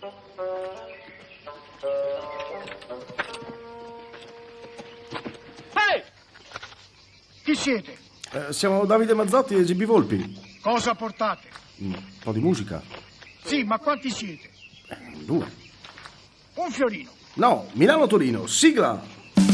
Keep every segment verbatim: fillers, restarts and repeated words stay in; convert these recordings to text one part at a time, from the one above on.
Ehi! Chi siete? Eh, siamo Davide Mazzotti e G B Volpi. Cosa portate? Un po' di musica. Sì, ma quanti siete? Eh, due. Un fiorino. No, Milano-Torino, sigla!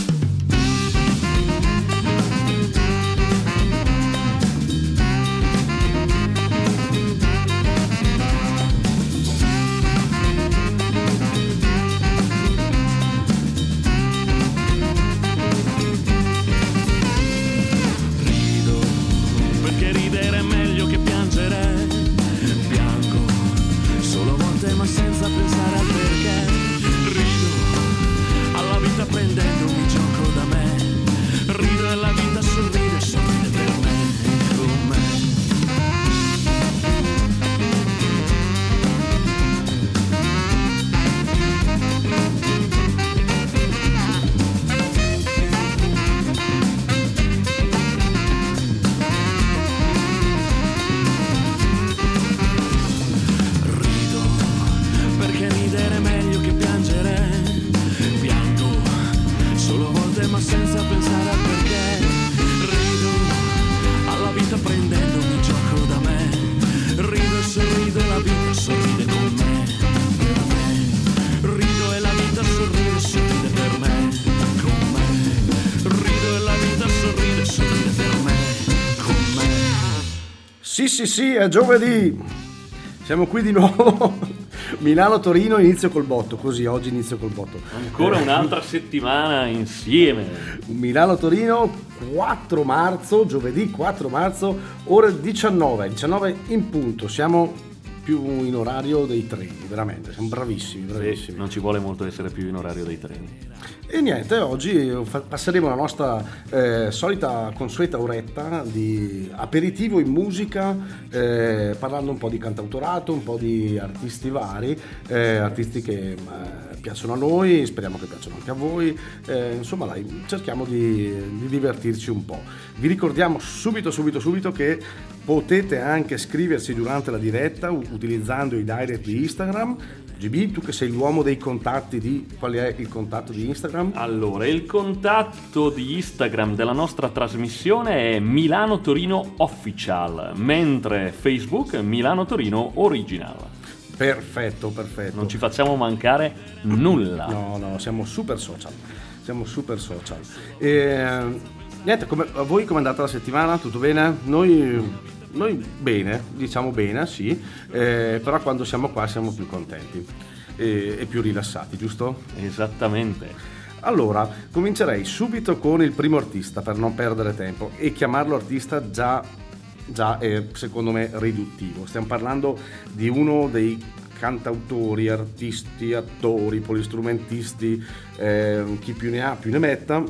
Sì, sì, sì, è giovedì. Siamo qui di nuovo. Milano-Torino, inizio col botto. Così, oggi inizio col botto. Ancora un'altra settimana insieme. Milano-Torino, quattro marzo, giovedì quattro marzo, ore diciannove, diciannove in punto. Siamo più in orario dei treni, veramente. Siamo bravissimi, bravissimi. Sì, non ci vuole molto essere più in orario dei treni. E niente, oggi passeremo la nostra eh, solita consueta oretta di aperitivo in musica, eh, parlando un po' di cantautorato, un po' di artisti vari, eh, artisti che eh, piacciono a noi, speriamo che piacciono anche a voi, eh, insomma dai, cerchiamo di, di divertirci un po'. Vi ricordiamo subito, subito, subito che potete anche scriversi durante la diretta utilizzando i direct di Instagram. G B, tu che sei l'uomo dei contatti, di qual è il contatto di Instagram? Allora, il contatto di Instagram della nostra trasmissione è Milano Torino Official, mentre Facebook è Milano Torino Original. Perfetto, perfetto. Non ci facciamo mancare nulla. No, no, siamo super social. Siamo super social. E, niente, come, a voi com'è andata la settimana? Tutto bene? Noi... Noi bene, diciamo bene, sì, eh, però quando siamo qua siamo più contenti e, e più rilassati, giusto? Esattamente. Allora, comincerei subito con il primo artista per non perdere tempo, e chiamarlo artista già, già è secondo me riduttivo. Stiamo parlando di uno dei cantautori, artisti, attori, polistrumentisti, eh, chi più ne ha più ne metta,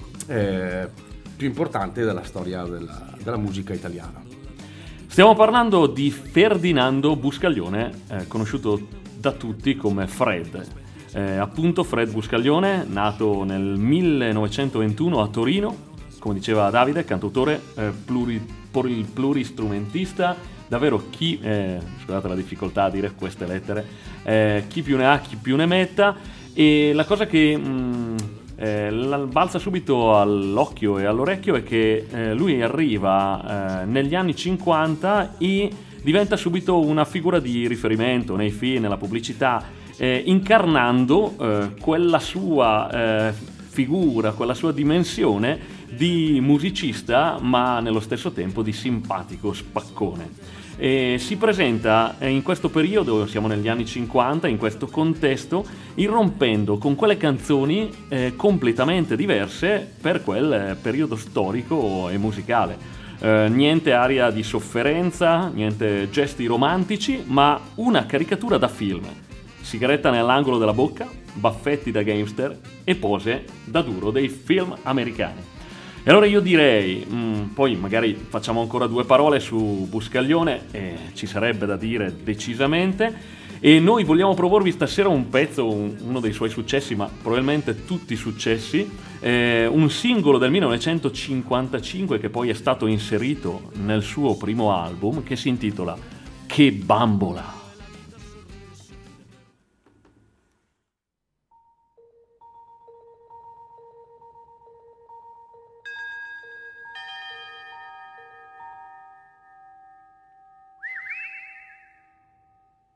eh, più importante della storia della, della musica italiana. Stiamo parlando di Ferdinando Buscaglione, eh, conosciuto da tutti come Fred. Eh, appunto Fred Buscaglione, nato nel millenovecentoventuno a Torino, come diceva Davide, cantautore, eh, pluri, pluristrumentista, davvero chi, eh, scusate la difficoltà a dire queste lettere, eh, chi più ne ha, chi più ne metta, e la cosa che... Mh, Eh, balza subito all'occhio e all'orecchio è che eh, lui arriva eh, negli anni cinquanta e diventa subito una figura di riferimento nei film, nella pubblicità, eh, incarnando eh, quella sua eh, figura, quella sua dimensione di musicista, ma nello stesso tempo di simpatico spaccone. E si presenta in questo periodo, siamo negli anni cinquanta, in questo contesto, irrompendo con quelle canzoni eh, completamente diverse per quel periodo storico e musicale. Eh, niente aria di sofferenza, niente gesti romantici, ma una caricatura da film. Sigaretta nell'angolo della bocca, baffetti da gangster e pose da duro dei film americani. E allora io direi, mh, poi magari facciamo ancora due parole su Buscaglione, e ci sarebbe da dire decisamente, e noi vogliamo proporvi stasera un pezzo, un, uno dei suoi successi, ma probabilmente tutti successi, eh, un singolo del millenovecentocinquantacinque che poi è stato inserito nel suo primo album, che si intitola Che bambola.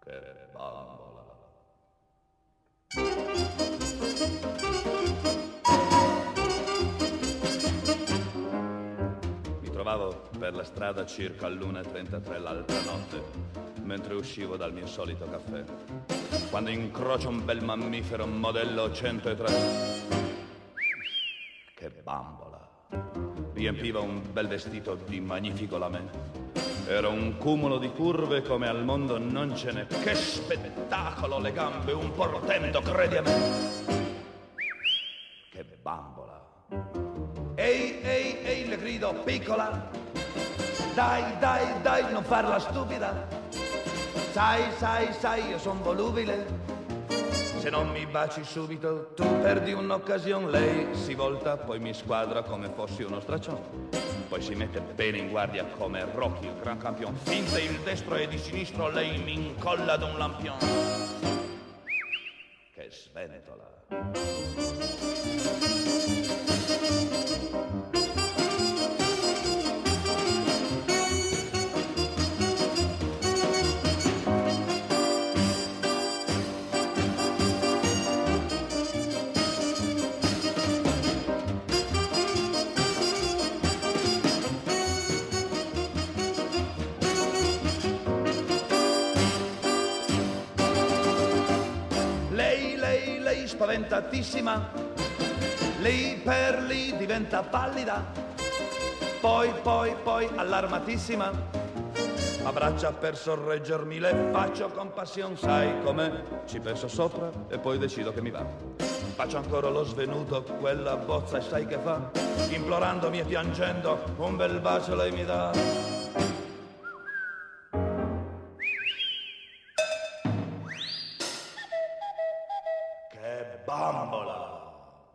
Che bambola. Mi trovavo per la strada circa all'una e trentatré l'altra notte, mentre uscivo dal mio solito caffè, quando incrocio un bel mammifero modello centotré. Che bambola. Riempiva un bel vestito di magnifico lamè. Era un cumulo di curve come al mondo non ce n'è. Che spettacolo, le gambe, un portento, credi a me. Che bambola. Ehi, ehi, ehi, le grido, piccola. Dai, dai, dai, non farla stupida. Sai, sai, sai, io son volubile. Se non mi baci subito, tu perdi un'occasione. Lei si volta, poi mi squadra come fossi uno straccione. Poi si mette bene in guardia come Rocky, il gran campione. Finta il destro e di sinistro, lei mi incolla ad un lampione. Che sventola. Spaventatissima, lì per lì diventa pallida, poi, poi, poi allarmatissima, abbraccia per sorreggermi, le faccio compassione, sai com'è, ci penso sopra e poi decido che mi va. Faccio ancora lo svenuto, quella bozza e sai che fa, implorandomi e piangendo, un bel bacio lei mi dà. Bambola.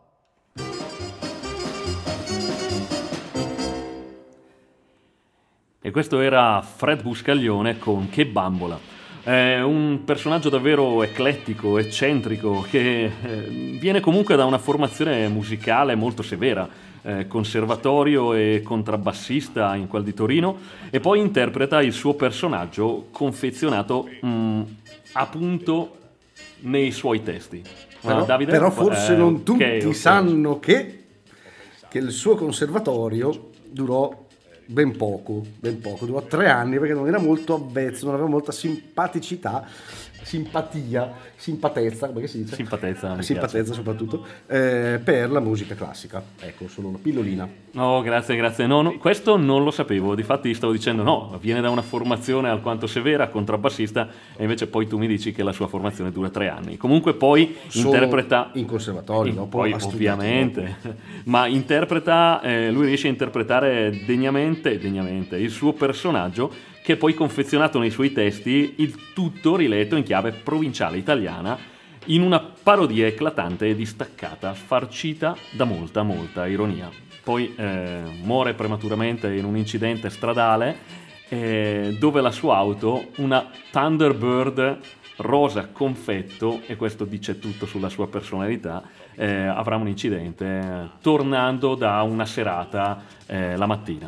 E questo era Fred Buscaglione con Che bambola. È un personaggio davvero eclettico, eccentrico, che eh, viene comunque da una formazione musicale molto severa, eh, conservatorio e contrabbassista in quel di Torino, e poi interpreta il suo personaggio confezionato mh, appunto nei suoi testi. Però, Davide? però forse eh, non tutti okay, okay. sanno che, che il suo conservatorio durò ben poco, ben poco, durò tre anni perché non era molto avvezzo, non aveva molta simpaticità, simpatia, simpatezza, come si dice? Simpatezza, mi simpatezza piace. soprattutto, eh, per la musica classica. Ecco, solo una pillolina. No, grazie, grazie. No, no, questo non lo sapevo. Difatti stavo dicendo no, viene da una formazione alquanto severa, contrabbassista, e invece poi tu mi dici che la sua formazione dura tre anni. Comunque poi Solo interpreta... in conservatorio, in, dopo poi ha studiato ovviamente, dopo. ma interpreta, eh, lui riesce a interpretare degnamente, degnamente il suo personaggio, che è poi confezionato nei suoi testi, il tutto riletto in chiave provinciale italiana, in una parodia eclatante e distaccata, farcita da molta, molta ironia. Poi eh, muore prematuramente in un incidente stradale, eh, dove la sua auto, una Thunderbird rosa confetto, e questo dice tutto sulla sua personalità, eh, avrà un incidente eh, tornando da una serata eh, la mattina.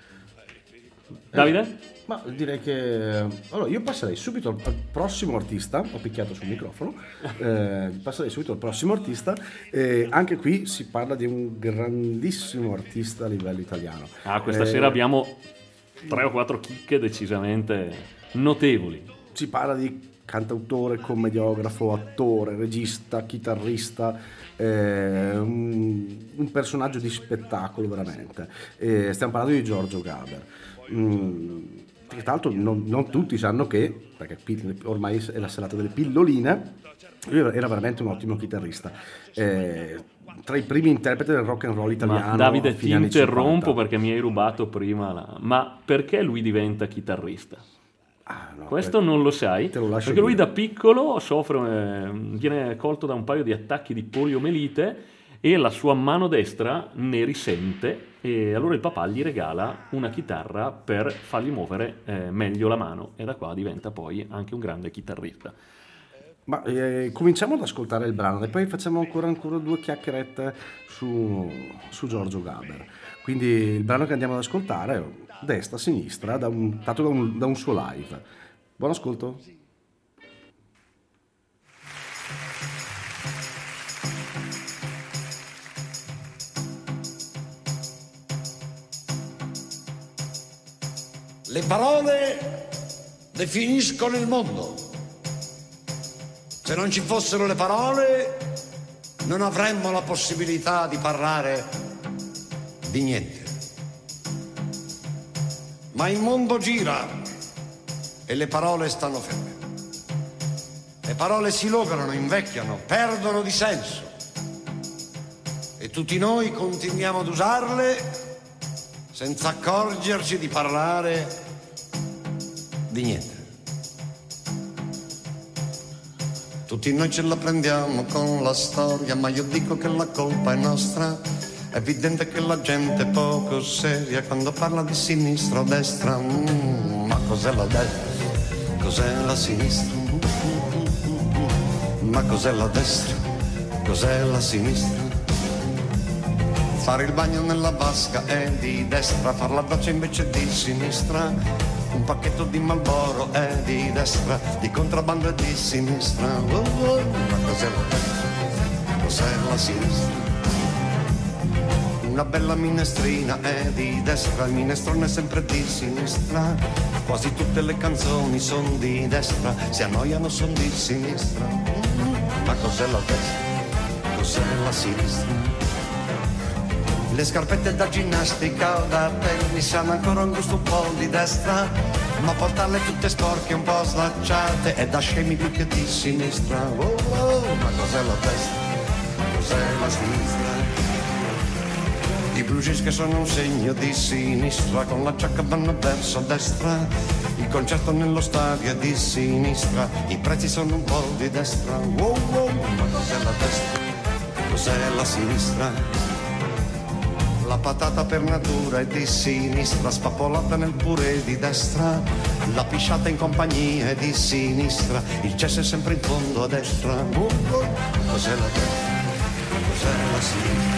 Davide? Ma direi che allora io passerei subito al, al prossimo artista. Ho picchiato sul microfono. Eh, passerei subito al prossimo artista. Eh, anche qui si parla di un grandissimo artista a livello italiano. Ah, questa eh, sera abbiamo tre o quattro chicche decisamente notevoli. Si parla di cantautore, commediografo, attore, regista, chitarrista, eh, un, un personaggio di spettacolo veramente. Eh, stiamo parlando di Giorgio Gaber. Mm, tra l'altro non, non tutti sanno che, perché qui ormai è la serata delle pilloline, lui era veramente un ottimo chitarrista, eh, tra i primi interpreti del rock and roll italiano. Ma Davide, a ti fine anni interrompo cinquanta. perché mi hai rubato prima la... Ma perché lui diventa chitarrista? Ah, no, Questo que- non lo sai? te lo lascio Perché lui dire. da piccolo soffre, eh, viene colto da un paio di attacchi di poliomelite e la sua mano destra ne risente, e allora il papà gli regala una chitarra per fargli muovere eh, meglio la mano, e da qua diventa poi anche un grande chitarrista. Ma eh, cominciamo ad ascoltare il brano e poi facciamo ancora, ancora due chiacchierette su, su Giorgio Gaber. Quindi il brano che andiamo ad ascoltare è destra, sinistra, da un, dato da un, da un suo live. Buon ascolto. Le parole definiscono il mondo. Se non ci fossero le parole, non avremmo la possibilità di parlare di niente. Ma il mondo gira e le parole stanno ferme. Le parole si lograno, invecchiano, perdono di senso. E tutti noi continuiamo ad usarle senza accorgerci di parlare di niente. Tutti noi ce la prendiamo con la storia, ma io dico che la colpa è nostra. È evidente che la gente è poco seria quando parla di sinistra o destra. Mm, ma cos'è la destra? Cos'è la sinistra? Mm, ma cos'è la destra? Cos'è la sinistra? Fare il bagno nella vasca è di destra, far la doccia invece di sinistra. Un pacchetto di Marlboro è di destra, di contrabbando è di sinistra. Oh, oh, ma cos'è la destra? Cos'è la sinistra? Una bella minestrina è di destra, il minestrone è sempre di sinistra. Quasi tutte le canzoni sono di destra, se annoiano sono di sinistra. Ma cos'è la destra? Cos'è la sinistra? Le scarpette da ginnastica o da tennis hanno ancora un gusto un po' di destra, ma portarle tutte sporche un po' slacciate è da scemi più che di sinistra. Oh, oh, ma cos'è la destra? Cos'è la sinistra? I blue jeans che sono un segno di sinistra, con la giacca vanno verso destra. Il concerto nello stadio è di sinistra, i prezzi sono un po' di destra. Oh, oh, ma cos'è la destra? Cos'è la sinistra? La patata per natura è di sinistra, spappolata nel purè di destra. La pisciata in compagnia è di sinistra, il cesso è sempre in fondo a destra. Oh, oh. Cos'è la destra? Cos'è la sinistra?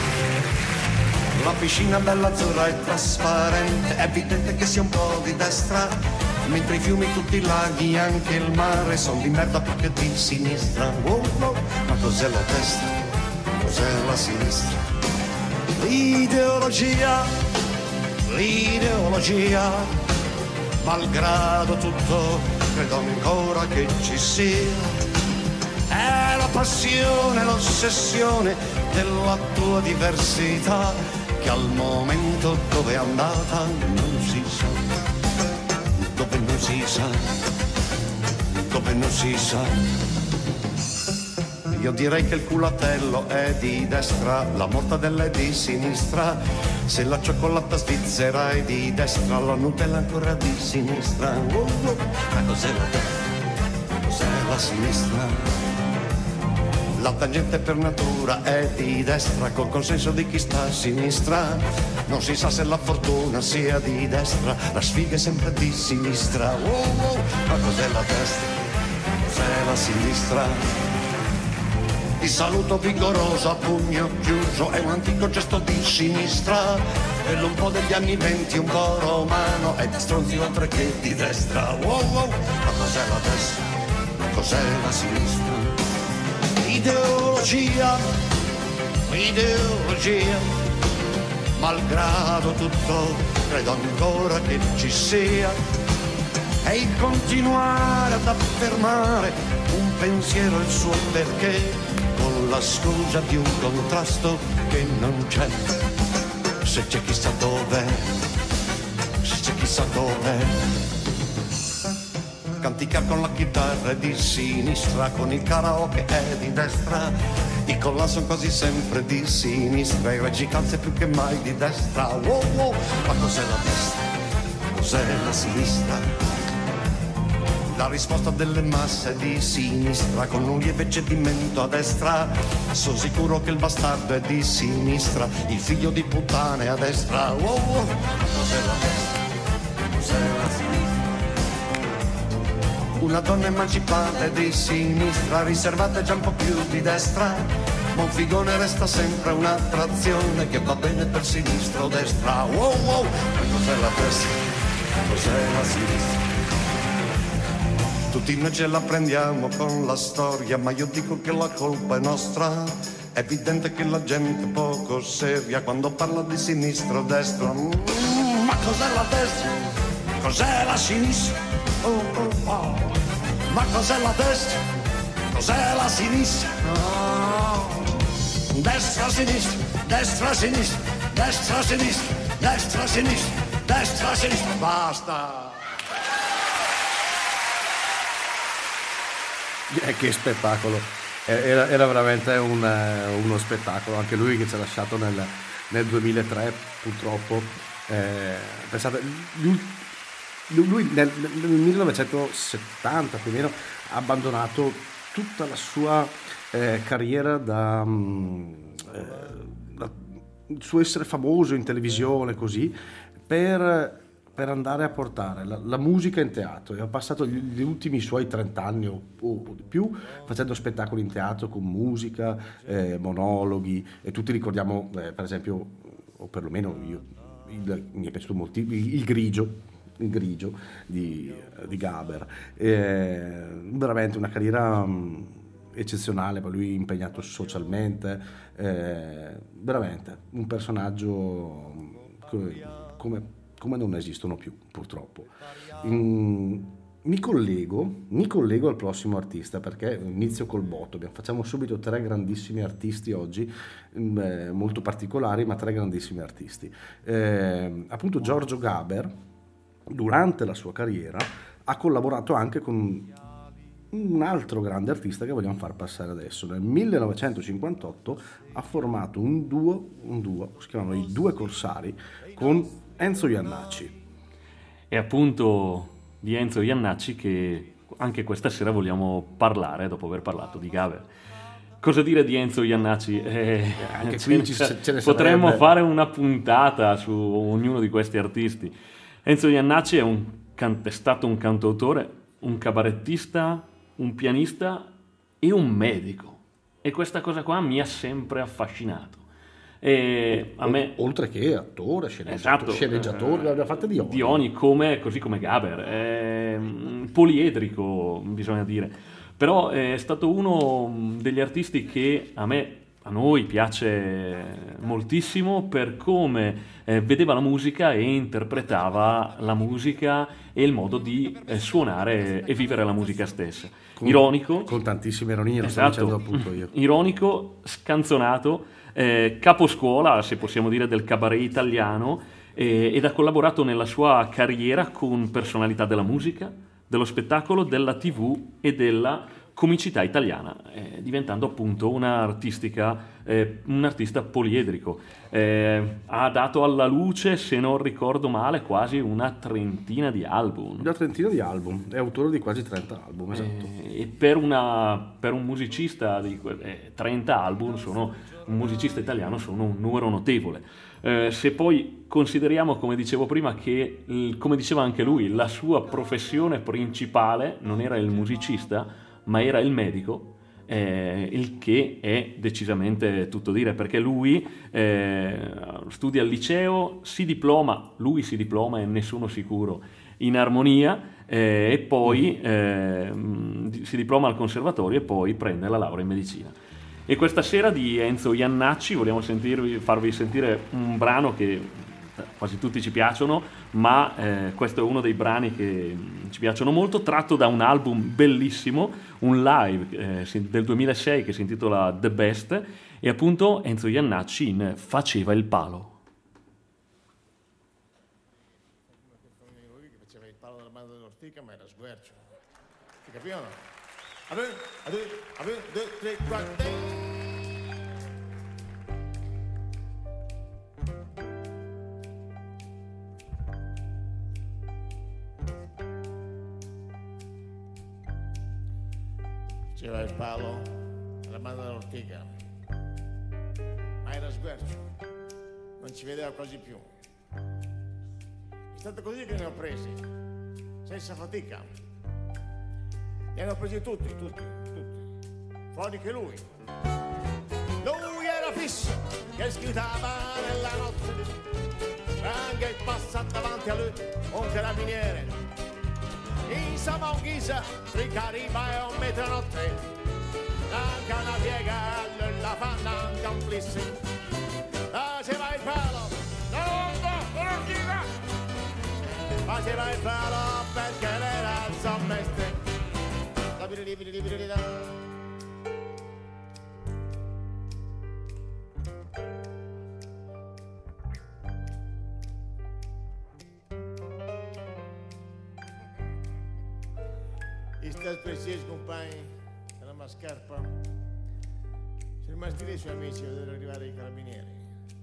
La piscina bella azzurra è trasparente, è evidente che sia un po' di destra. Mentre i fiumi, tutti i laghi, anche il mare sono di merda più che di sinistra. Oh, oh. Ma cos'è la destra? Cos'è la sinistra? L'ideologia, l'ideologia, malgrado tutto, credo ancora che ci sia. È la passione, l'ossessione della tua diversità, che al momento dove è andata non si sa, dove non si sa, dove non si sa. Io direi che il culatello è di destra, la mortadella è di sinistra. Se la cioccolata svizzera è di destra, la Nutella ancora di sinistra. Oh, oh. Ma cos'è la destra? Cos'è la sinistra? La tangente per natura è di destra, col consenso di chi sta a sinistra. Non si sa se la fortuna sia di destra, la sfiga è sempre di sinistra. Oh, oh. Ma cos'è la destra? Cos'è la sinistra? Il saluto vigoroso a pugno chiuso è un antico gesto di sinistra, e un po' degli anni venti, un po' romano, è di stronzi oltre che di destra. Wow, wow. Ma cos'è la destra? Cos'è la sinistra? Ideologia, ideologia, malgrado tutto, credo ancora che ci sia. È il continuare ad affermare un pensiero e il suo perché, con la scusa di un contrasto che non c'è. Se c'è chissà dov'è, se c'è chissà dov'è. Canticare con la chitarra è di sinistra, con il karaoke è di destra. I collà sono quasi sempre di sinistra, i reggi calze più che mai di destra. Wow, wow. Ma cos'è la destra? Cos'è la sinistra? La risposta delle masse è di sinistra, con un lieve cedimento a destra. Sono sicuro che il bastardo è di sinistra, il figlio di puttane a destra. Wow, wow. Cos'è la destra? Cos'è la sinistra? Una donna emancipata è di sinistra, riservata è già un po' più di destra. Ma un figone resta sempre un'attrazione che va bene per sinistra o destra. Wow, wow. Ma cos'è la destra? Cos'è la sinistra? Tutti noi ce la prendiamo con la storia, ma io dico che la colpa è nostra. È evidente che la gente è poco seria quando parla di sinistra o destra. Mm, ma cos'è la destra? Cos'è la sinistra? Oh, oh, oh. Ma cos'è la destra? Cos'è la sinistra? Oh. Destra, sinistra, destra, sinistra, destra, sinistra, destra, sinistra, destra, sinistra. Basta. Eh, che spettacolo. Era, era veramente un, uno spettacolo. Anche lui che ci ha lasciato nel, nel duemilatré, purtroppo. Eh, pensate, lui, lui nel, nel millenovecentosettanta più o meno ha abbandonato tutta la sua eh, carriera da, eh, da il suo essere famoso in televisione così per, per andare a portare la, la musica in teatro, e ha passato gli, gli ultimi suoi trenta anni o, o di più facendo spettacoli in teatro con musica, eh, monologhi, e tutti ricordiamo eh, per esempio, o perlomeno io, il, mi è piaciuto molto il, il grigio il grigio di, di Gaber. Eh, veramente una carriera mh, eccezionale, poi lui impegnato socialmente, eh, veramente un personaggio che, come, come non esistono più purtroppo. Mm, mi collego mi collego al prossimo artista, perché inizio col botto. Abbiamo, facciamo subito tre grandissimi artisti oggi, eh, molto particolari, ma tre grandissimi artisti. Eh, appunto Giorgio Gaber, durante la sua carriera, ha collaborato anche con un altro grande artista che vogliamo far passare adesso. Nel millenovecentocinquantotto ha formato un duo, un duo, si chiamano i Due Corsari, con Enzo Jannacci. E appunto di Enzo Jannacci che anche questa sera vogliamo parlare, dopo aver parlato di Gaber. Cosa dire di Enzo Jannacci? Eh, anche ce qui ci, ce ne potremmo sarebbe. fare una puntata su ognuno di questi artisti. Enzo Jannacci è, un, è stato un cantautore, un cabarettista, un pianista e un medico, e questa cosa qua mi ha sempre affascinato. E a me, oltre che attore, sceneggiatore, esatto, sceneggiatore, l'abbiamo fatta di ogni. Di ogni, come, così come Gaber, è poliedrico bisogna dire, però è stato uno degli artisti che a me, a noi piace moltissimo per come eh, vedeva la musica e interpretava la musica e il modo di eh, suonare e vivere la musica stessa. Con, ironico, con tantissime ironie, lo esatto, stavo dicendo appunto io. Ironico, scanzonato, eh, caposcuola, se possiamo dire, del cabaret italiano, eh, ed ha collaborato nella sua carriera con personalità della musica, dello spettacolo, della tivù e della comicità italiana, eh, diventando appunto una artistica, eh, un artista poliedrico. Eh, ha dato alla luce, se non ricordo male, quasi una trentina di album. Una trentina di album, è autore di quasi trenta album, esatto. Eh, e per, una, per un musicista di eh, trenta album, sono, un musicista italiano, sono un numero notevole. Eh, se poi consideriamo, come dicevo prima, che, come diceva anche lui, la sua professione principale non era il musicista, ma era il medico, eh, il che è decisamente tutto dire, perché lui eh, studia al liceo, si diploma, lui si diploma e nessuno sicuro, in armonia, eh, e poi eh, si diploma al conservatorio e poi prende la laurea in medicina. E questa sera di Enzo Jannacci vogliamo sentirvi, farvi sentire un brano che quasi tutti ci piacciono, ma eh, questo è uno dei brani che ci piacciono molto, tratto da un album bellissimo, un live eh, del duemilasei che si intitola The Best, e appunto Enzo Jannacci in Faceva il palo. Faceva il palo della banda dell'ortica, ma era sguercio. Ti capivo? A due, a due, a due, due, tre, quattro. Faceva il palo alla banda dell'ortica, ma era sguercio, non ci vedeva quasi più. È stato così che ne ho presi, senza fatica. Li hanno presi tutti, tutti, tutti, fuori che lui. Lui era fisso, che sgridava nella notte, anche passa davanti a lui un carabiniere. Insomma un ghisa, ricariva e un metronotte, anche una piega, la fanno anche un flissi. Faceva il palo, la onda, la tira, faceva il palo perché era il sommestre. La biridi-biridi-biridi-da. I stati preziosi compagni della mascarpa sono rimasti lì i suoi amici a vedere arrivare i carabinieri.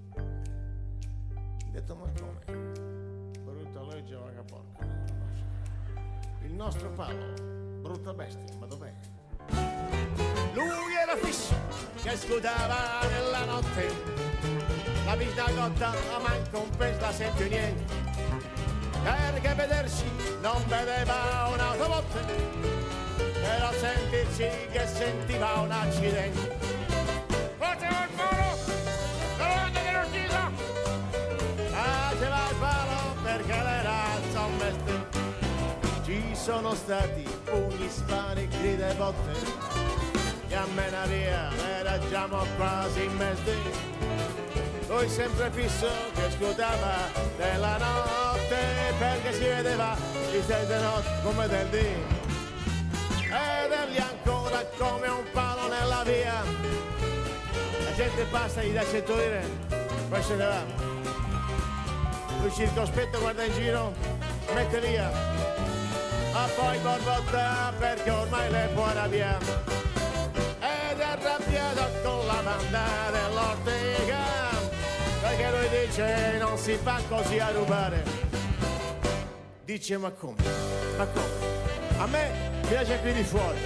Ho detto ma come? Brutta legge vaga porca. Il nostro Paolo, brutta bestia, ma dov'è? Lui era fisso che scudava nella notte, la vita cotta ma manco un pezzo da sempre niente. Perché vedersi non vedeva un'autobotte, però sentirsi che sentiva un accidente. Faceva il palo, davanti dell'ortiga, faceva il palo perché l'era il sommestre. Ci sono stati pugni, spari, grida e botte, e a mena via eravamo quasi in mezzo. Lui sempre fisso che scudava della notte, perché si vedeva di sette notte come del dì. Ed è lì ancora come un palo nella via. La gente passa e gli dà cento lire, poi se ne va. Lui circospetto guarda in giro, mette via, ma poi borbotta perché ormai le buona via. Ed è arrabbiato con la banda dell'ortiga, perché lui dice non si fa così a rubare. Dice ma come? Ma come? A me piace qui di fuori.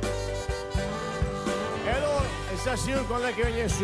E loro e sa sicuro quando è che viene su.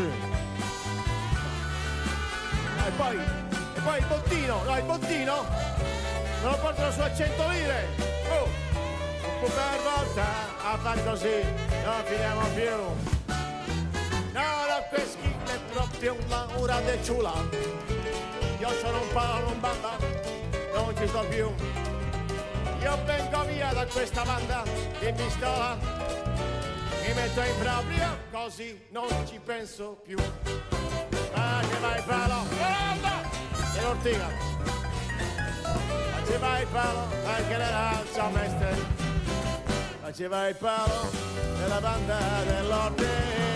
E poi, e poi il bottino, no il bottino me lo portano su a cento lire. Oh, un po' per volta a far così non finiamo più. No, la peschi è proprio un'ora de ciula. Io sono un palo, un bamba, non ci sto più. Io vengo via da questa banda di pistola, mi metto in proprio, così non ci penso più. Ah, che vai palo, e l'ortiga. Faceva il palo, perché l'era il sommestre. Faceva il palo della banda dell'ortiga.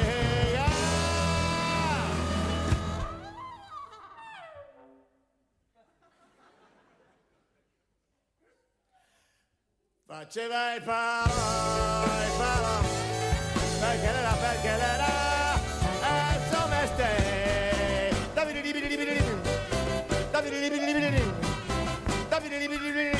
Faceva il palo, il palo, perché l'era, perché l'era il sommestre. Davide di Davide di Davide di Davide di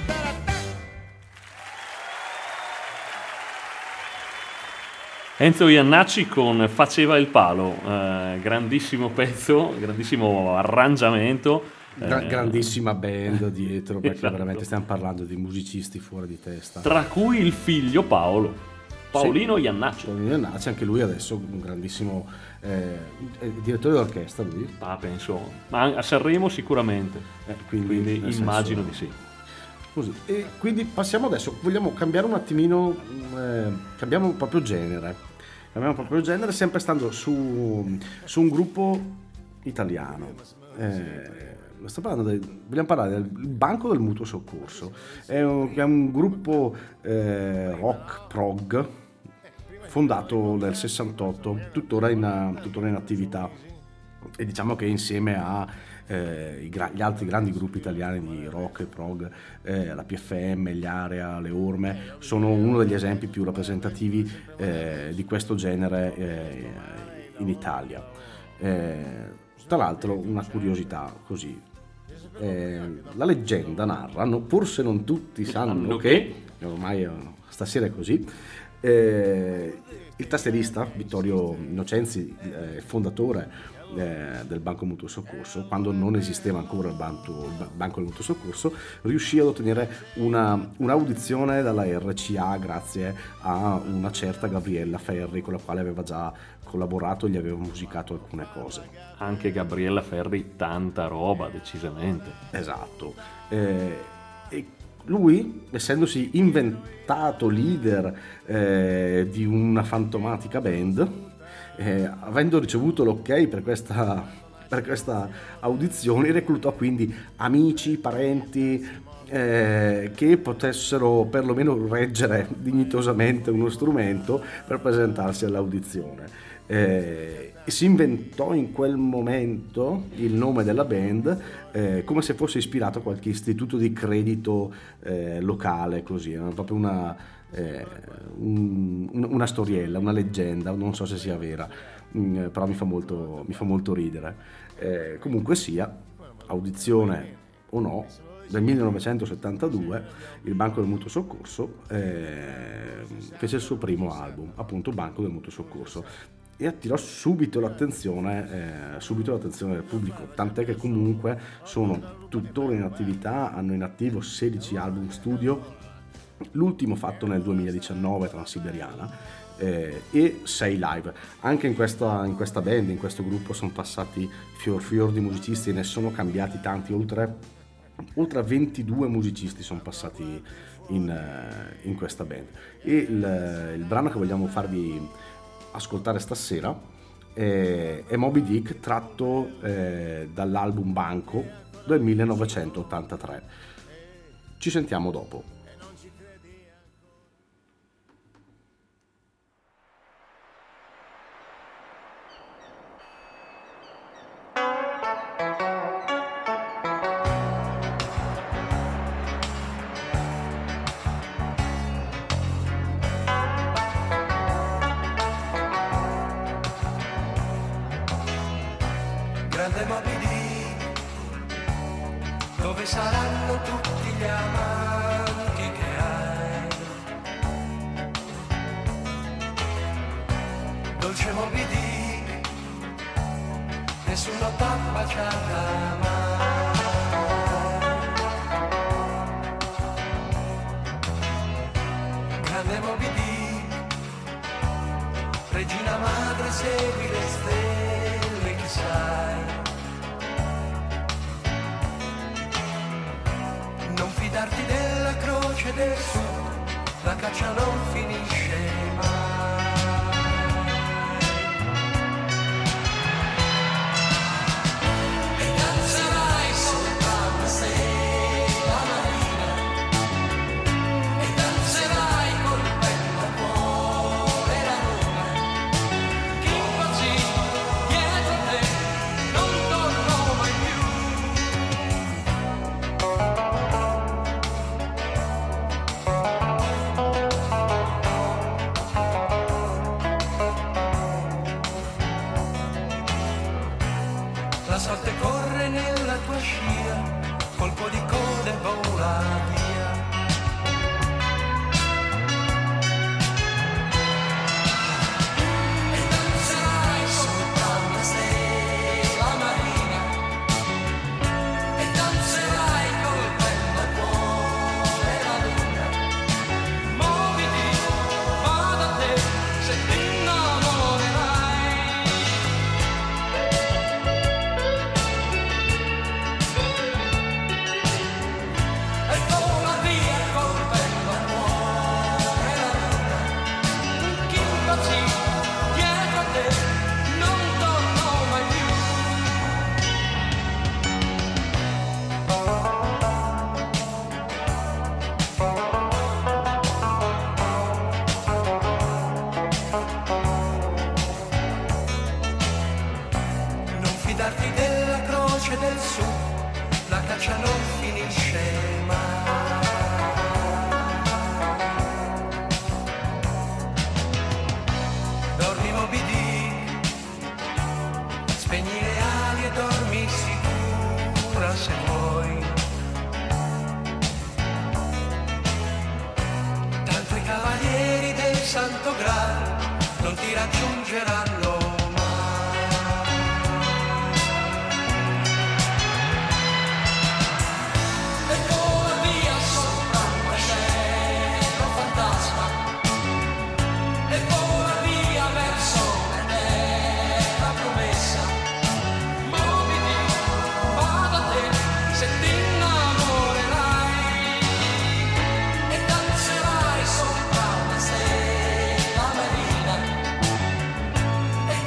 Enzo Iannacci con Faceva il palo, eh, grandissimo pezzo, grandissimo arrangiamento. Gra- eh, grandissima band dietro, perché esatto. veramente stiamo parlando di musicisti fuori di testa. Tra cui il figlio Paolo, Paolino Iannacci. Paolino Iannacci, anche lui adesso un grandissimo eh, direttore d'orchestra lui. Ah, penso, ma a Sanremo sicuramente, Eh, quindi, quindi nel immagino senso- di sì. Così. E quindi passiamo adesso, vogliamo cambiare un attimino, eh, cambiamo proprio genere, cambiamo proprio genere, sempre stando su, su un gruppo italiano. Eh, sto parlando del, vogliamo parlare del Banco del Mutuo Soccorso. È un, è un gruppo eh, rock prog fondato nel sessantotto, tuttora in, tuttora in attività, e diciamo che insieme a Eh, i gra- gli altri grandi gruppi italiani di rock e prog, eh, la P F M, gli Area, le Orme, sono uno degli esempi più rappresentativi eh, di questo genere eh, in Italia. Eh, tra l'altro, una curiosità così, eh, la leggenda narra, no, forse non tutti sanno che, ormai eh, stasera è così, eh, il tastierista Vittorio Innocenzi, eh, fondatore Eh, del Banco Mutuo Soccorso, quando non esisteva ancora il banco, il Banco del Mutuo Soccorso, riuscì ad ottenere una, un'audizione dalla R C A grazie a una certa Gabriella Ferri, con la quale aveva già collaborato e gli aveva musicato alcune cose. Anche Gabriella Ferri, tanta roba, decisamente. Esatto. Eh, e lui, essendosi inventato leader eh, di una fantomatica band, Eh, avendo ricevuto l'ok per questa, per questa audizione, reclutò quindi amici, parenti, eh, che potessero perlomeno reggere dignitosamente uno strumento per presentarsi all'audizione. Eh, si inventò in quel momento il nome della band eh, come se fosse ispirato a qualche istituto di credito eh, locale, così, era proprio una, eh, un, una storiella, una leggenda, non so se sia vera, mh, però mi fa molto, mi fa molto ridere. Eh, comunque sia, audizione o no, del millenovecentosettantadue il Banco del Mutuo Soccorso eh, fece il suo primo album, appunto Banco del Mutuo Soccorso, e attirò subito l'attenzione, eh, subito l'attenzione del pubblico, tant'è che comunque sono tuttora in attività, hanno in attivo sedici album studio, l'ultimo fatto nel duemiladiciannove, Transiberiana, eh, e sei live. Anche in questa, in questa band, in questo gruppo sono passati fior fior di musicisti e ne sono cambiati tanti, oltre, oltre a ventidue musicisti sono passati in, in questa band. E il, il brano che vogliamo farvi ascoltare stasera eh, è Moby Dick, tratto eh, dall'album Banco del millenovecentottantatré. Ci sentiamo dopo. Grande Moby Dick, dove saranno tutti gli amanti che hai? Dolce Moby Dick, nessuno t'ha baciata mai. Grande Moby Dick, regina madre, segui le stelle che sai. Darti della croce del sud, la caccia non finisce mai. E danzerai sopra una stella marina, e danzerai col petto a cuore la luna. Chi impazzì dietro te non tornò mai più. La sorte corre nella tua scia, colpo di coda e vola via. E danzerai sopra una stella marina, e danzerai col vento a cuore la luna. Muoviti, va da te, se ti innamorerai. Darti della croce del sud, la caccia non finisce mai. Dormi Moby Dick, spegni le ali e dormi sicura se vuoi. Tanto i cavalieri del Santo Graal non ti raggiungeranno. Sopra una stella marina,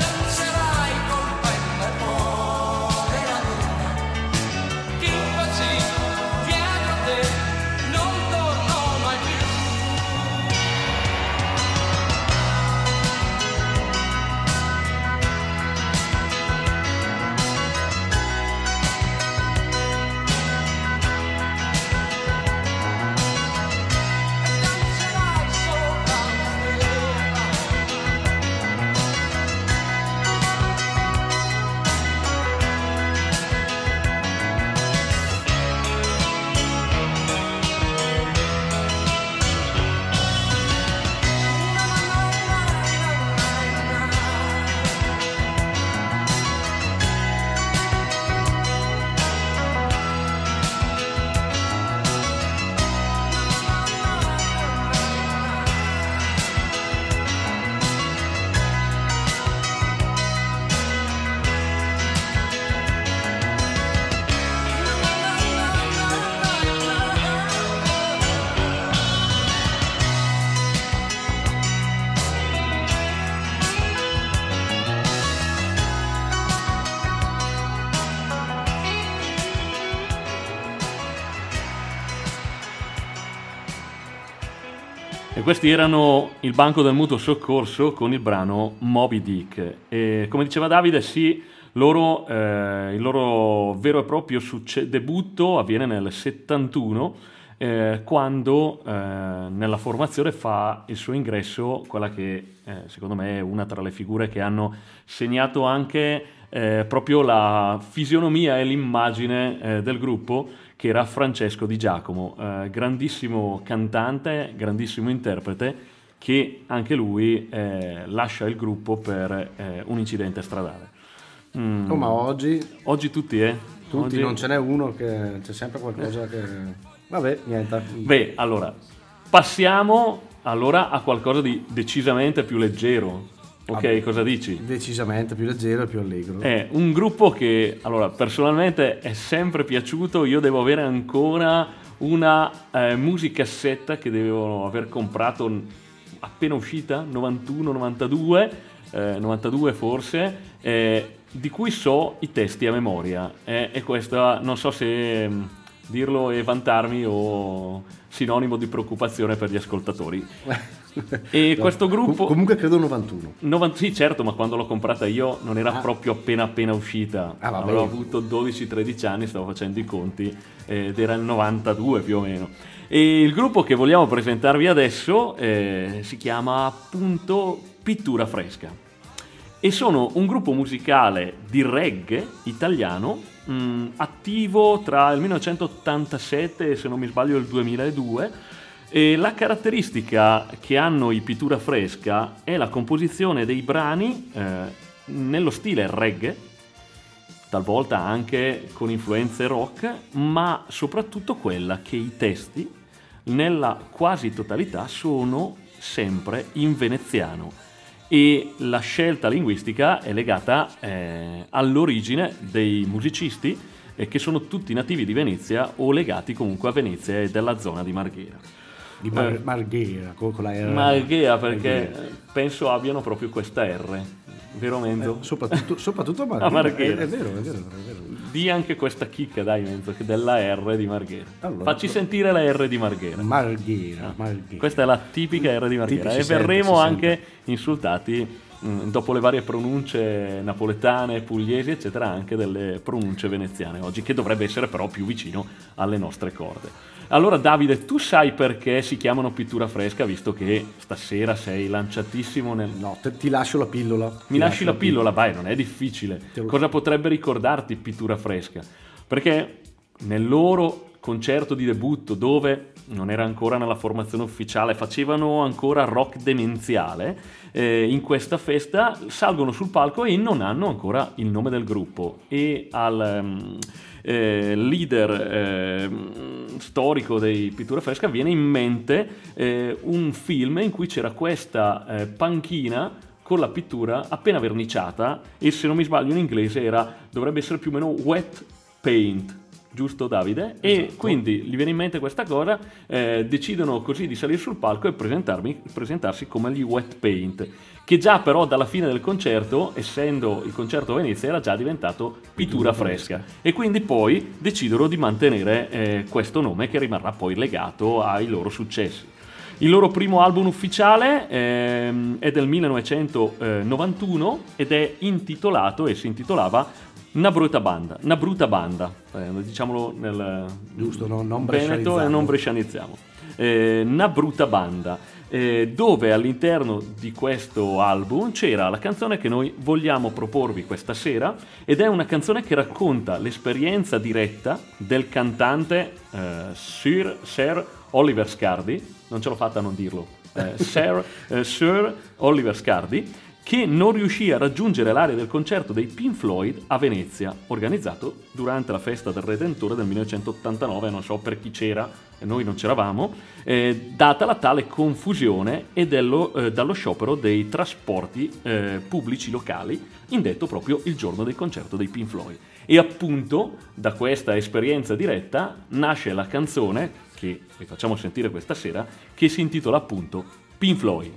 E questi erano il Banco del Mutuo Soccorso con il brano Moby Dick. E come diceva Davide, sì, loro, eh, il loro vero e proprio succe- debutto avviene nel settantuno, eh, quando eh, nella formazione fa il suo ingresso quella che eh, secondo me è una tra le figure che hanno segnato anche eh, proprio la fisionomia e l'immagine eh, del gruppo, che era Francesco Di Giacomo, eh, grandissimo cantante, grandissimo interprete, che anche lui eh, lascia il gruppo per eh, un incidente stradale. Mm. Oh, ma oggi Oggi tutti, eh? tutti, Oggi... non ce n'è uno che c'è sempre qualcosa che... Vabbè, niente. Beh, allora, passiamo allora a qualcosa di decisamente più leggero. Ok, Ah, cosa dici? Decisamente più leggero e più allegro. È un gruppo che, allora, personalmente è sempre piaciuto. Io devo avere ancora una eh, musicassetta che devo aver comprato appena uscita, novantuno novantadue, eh, novantadue forse, eh, di cui so i testi a memoria. Eh, e questa, non so se mh, dirlo e vantarmi o sinonimo di preoccupazione per gli ascoltatori. E No, questo gruppo... com- comunque credo novantuno. novanta Sì, certo, ma quando l'ho comprata io non era Ah. proprio appena appena uscita. Ah, vabbè. Avevo avuto dodici tredici anni, stavo facendo i conti, ed era il novantadue più o meno. E il gruppo che vogliamo presentarvi adesso eh, si chiama appunto Pittura Fresca. E sono un gruppo musicale di reggae italiano, mh, attivo tra il millenovecentottantasette e, se non mi sbaglio, il duemiladue. E la caratteristica che hanno i Pittura Fresca è la composizione dei brani eh, nello stile reggae, talvolta anche con influenze rock, ma soprattutto quella che i testi nella quasi totalità sono sempre in veneziano, e la scelta linguistica è legata eh, all'origine dei musicisti, eh, che sono tutti nativi di Venezia o legati comunque a Venezia e della zona di Marghera. Di Mar- Eh. Marghera, con con la R. Marghera, perché Marghera. penso abbiano proprio questa R, vero Menzo? Eh, soprattutto, soprattutto a Marghera. A Marghera. È, è vero, è vero, è vero. Di anche questa chicca, dai Menzo, che della R di Marghera. Allora, Facci sentire la R di Marghera. Marghera, Marghera. Questa è la tipica R di Marghera. Tipi- E si sente, verremo si anche sente. insultati, mh, dopo le varie pronunce napoletane, pugliesi, eccetera, anche delle pronunce veneziane oggi, che dovrebbe essere però più vicino alle nostre corde. Allora Davide, tu sai perché si chiamano Pittura Fresca, visto che stasera sei lanciatissimo nel... No, te- ti lascio la pillola. Mi Ti lasci la pillola, pillola. vai, non è difficile. Te lo- Cosa potrebbe ricordarti Pittura Fresca? Perché nel loro concerto di debutto, dove non era ancora nella formazione ufficiale, facevano ancora rock demenziale, eh, in questa festa salgono sul palco e non hanno ancora il nome del gruppo, e al um, eh, leader eh, storico dei Pittura Fresca viene in mente eh, un film in cui c'era questa eh, panchina con la pittura appena verniciata, e se non mi sbaglio in inglese era, dovrebbe essere più o meno wet paint, giusto Davide? E Esatto. quindi gli viene in mente questa cosa, eh, decidono così di salire sul palco e presentarmi, presentarsi come gli Wet Paint, che già però dalla fine del concerto, essendo il concerto a Venezia, era già diventato Pittura Fresca, e quindi poi decidono di mantenere eh, questo nome, che rimarrà poi legato ai loro successi. Il loro primo album ufficiale ehm, è del millenovecentonovantuno ed è intitolato, e si intitolava Una Bruta Banda, Una Bruta Banda, eh, diciamolo nel Giusto, no? Non Veneto, e brescianizzando. non brescianizziamo. Eh, Una Bruta Banda, eh, dove all'interno di questo album c'era la canzone che noi vogliamo proporvi questa sera, ed è una canzone che racconta l'esperienza diretta del cantante eh, Sir, Sir Oliver Scardi, non ce l'ho fatta a non dirlo, eh, Sir, eh, Sir Oliver Scardi, che non riuscì a raggiungere l'area del concerto dei Pink Floyd a Venezia, organizzato durante la festa del Redentore del millenovecentottantanove, non so per chi c'era, e noi non c'eravamo, eh, data la tale confusione e dello, eh, dallo sciopero dei trasporti eh, pubblici locali, indetto proprio il giorno del concerto dei Pink Floyd. E appunto da questa esperienza diretta nasce la canzone che vi facciamo sentire questa sera, che si intitola appunto Pink Floyd.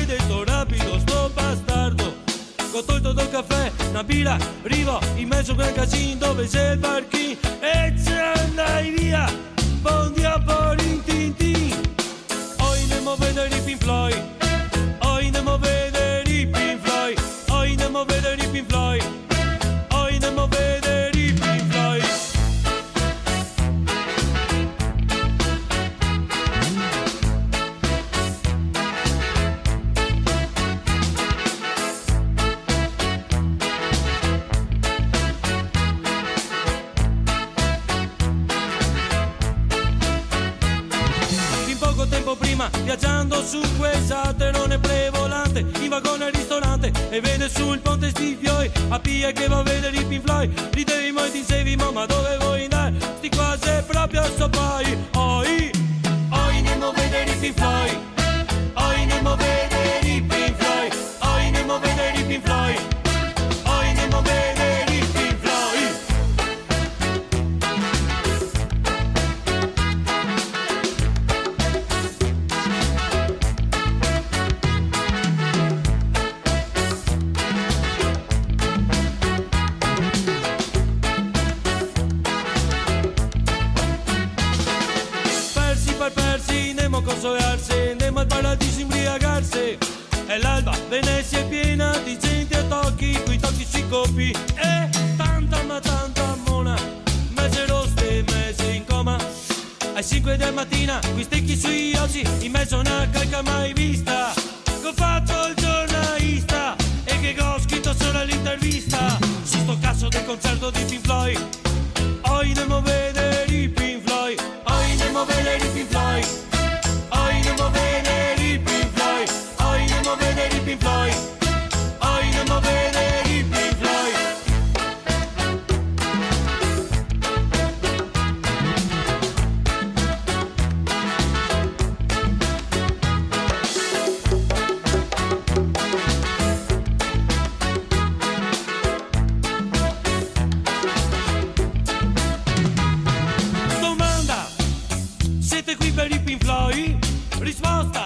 detto rapido sto bastardo. Ho tolto dal caffè, una birra, arrivo in mezzo a quel casino dove c'è il parchino e ce andai via, bondi a Borin Tintin. Oi andiamo a vedere i Pink Floyd, oi andiamo a vedere i Pink Floyd, oi andiamo a vedere i Pink Floyd, oi andiamo a vedere i Pink Floyd. Prima viaggiando su questa terone prevolante in vagone al ristorante e vede sul ponte sti fioi a Pia che va a vedere i Pink Floyd. Ridevi e dicevi ma dove vuoi andare? Sti qua se proprio so poi. Oi, oi andiamo a vedere i Pink Floyd, oi andiamo a vedere i Pink Floyd, oi andiamo a vedere i Pink Floyd, oi andiamo a vedere i Pink Floyd. Consolarsi, andiamo al paradiso imbriagarsi. E l'alba, Venezia è piena di gente a tocchi, coi tocchi si copi. E tanta ma tanta mona, mese roste, mese in coma. Alle cinque del mattina, qui stecchi sui occhi, in mezzo a una calca mai vista. Che ho fatto il giornalista e che ho scritto solo l'intervista su sto cazzo del concerto di Pink Floyd. Oi andiamo a vedere i Pink Floyd, oi andiamo a vedere i Pink Floyd. Oi andiamo a vedere i Pink Floyd, oi andiamo a vedere i Pink Floyd, oi andiamo a vedere i Pink Floyd. Domanda, siete qui per i Pink Floyd? Risposta!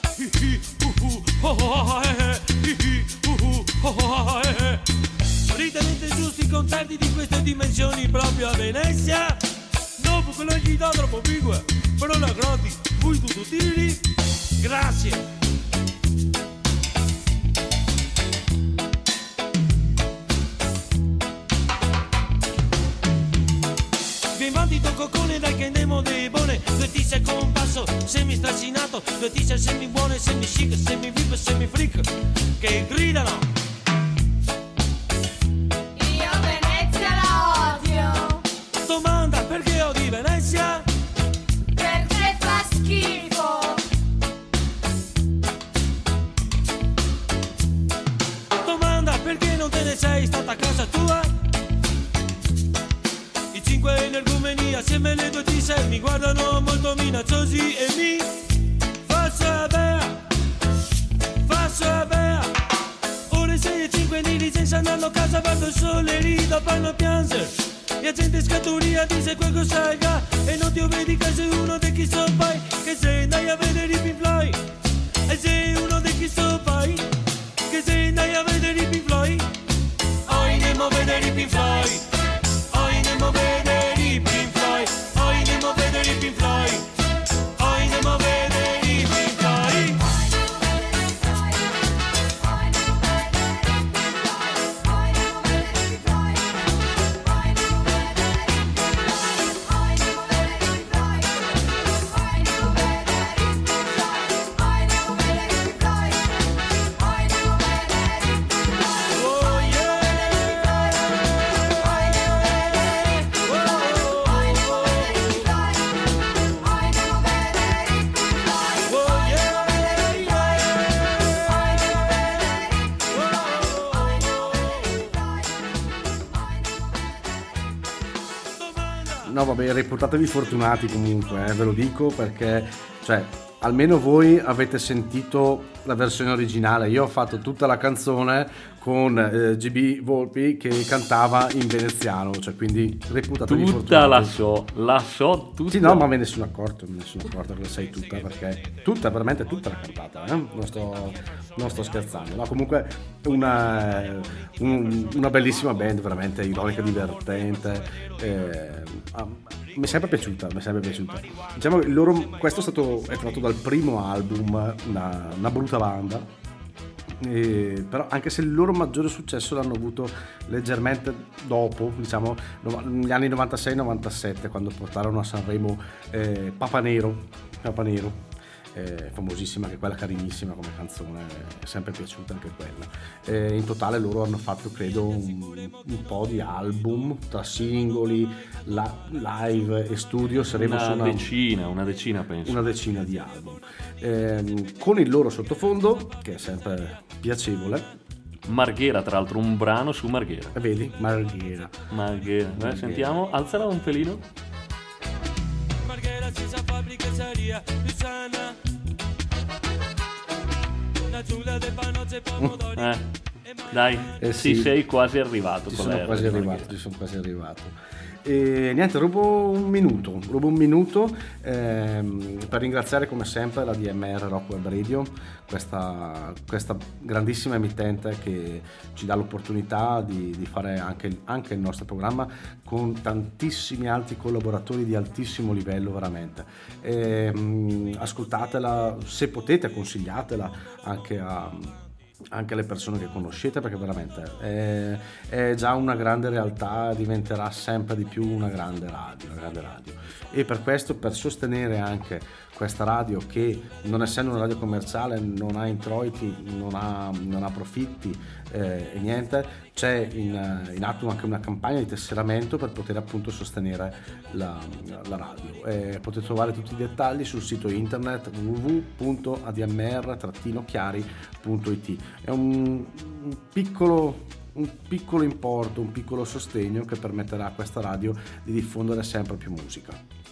Ritenete giusti i concerti di queste dimensioni proprio a Venezia? Dopo quello gli dà troppo pigue, però la gratis, voi tutto tiri? Grazie! Bandito coccone dai che andiamo dei buone. Due tisse con un passo semi strascinato, due tisse semi buone, semi chic, semi vip, semi freak che gridano. Io Venezia la odio. Domanda perché odi Venezia? Perché fa schifo. Domanda perché non te ne sei stata a casa tua? Cinque energumeni assieme le due tisse mi guardano molto minacciosi e mi fa sapere, fa sapere. Ore sei e cinque di licenza andando a casa, guardo il sole, rido, fanno piangere. La gente scaturia dice qualcosa salga e non ti vedi che sei uno dei chi so poi, che se andai a vedere i Pink Floyd. E sei uno dei chi so poi, che se andai a vedere i Pink Floyd. Oi andiamo a vedere i Pink Floyd. Oi andiamo a vedere i Pink Floyd, oi andiamo a vedere i Pink Floyd, oi andiamo a vedere i Pink Floyd. No vabbè, reputatevi fortunati comunque, eh, ve lo dico perché, cioè, almeno voi avete sentito la versione originale. Io ho fatto tutta la canzone con eh, G B Volpi che cantava in veneziano, cioè quindi reputatevi Tutta fortunati. la so, la so tutta. Sì, no, ma me ne sono accorto, me ne sono accorto che la sai tutta, perché tutta, veramente tutta la cantata, eh? non, sto, non sto scherzando. No, comunque una, un- una bellissima band, veramente ironica, divertente. eh, ah, mi è sempre piaciuta, mi è sempre piaciuta. Diciamo che il loro, questo è stato è tratto dal primo album, una, una brutta banda. E, però anche se il loro maggiore successo l'hanno avuto leggermente dopo, diciamo no- negli anni novantasei novantasette, quando portarono a Sanremo eh, Papa Nero, Papa Nero eh, famosissima, anche quella, carinissima come canzone, è sempre piaciuta anche quella. Eh, in totale loro hanno fatto credo un, un po' di album tra singoli, la- live e studio, saremo Una su una decina, una decina penso. una decina di album, Ehm, con il loro sottofondo che è sempre piacevole. Marghera, tra l'altro, un brano su Marghera. E vedi, Marghera. Marghera, Beh, sentiamo, alzala un pelino. Marghera senza fabbrica saria più sana. La giungla del panozzo e pomodori. Eh, dai, Eh ci sì. sei quasi arrivato. Ci con sono la R quasi di arrivato, Marghera. ci sono quasi arrivato. E niente, rubo un minuto, rubo un minuto ehm, per ringraziare come sempre la D M R Rock Web Radio, questa, questa grandissima emittente che ci dà l'opportunità di, di fare anche, anche il nostro programma con tantissimi altri collaboratori di altissimo livello veramente. Ehm, ascoltatela, se potete consigliatela anche a... anche alle persone che conoscete, perché veramente è, è già una grande realtà, diventerà sempre di più una grande radio, una grande radio. E per questo, per sostenere anche questa radio che, non essendo una radio commerciale, non ha introiti, non ha, non ha profitti eh, e niente, c'è in, in atto anche una campagna di tesseramento per poter appunto sostenere la, la radio. Eh, potete trovare tutti i dettagli sul sito internet w w w punto a d m r chiari punto i t. È un, un piccolo un piccolo importo, un piccolo sostegno che permetterà a questa radio di diffondere sempre più musica.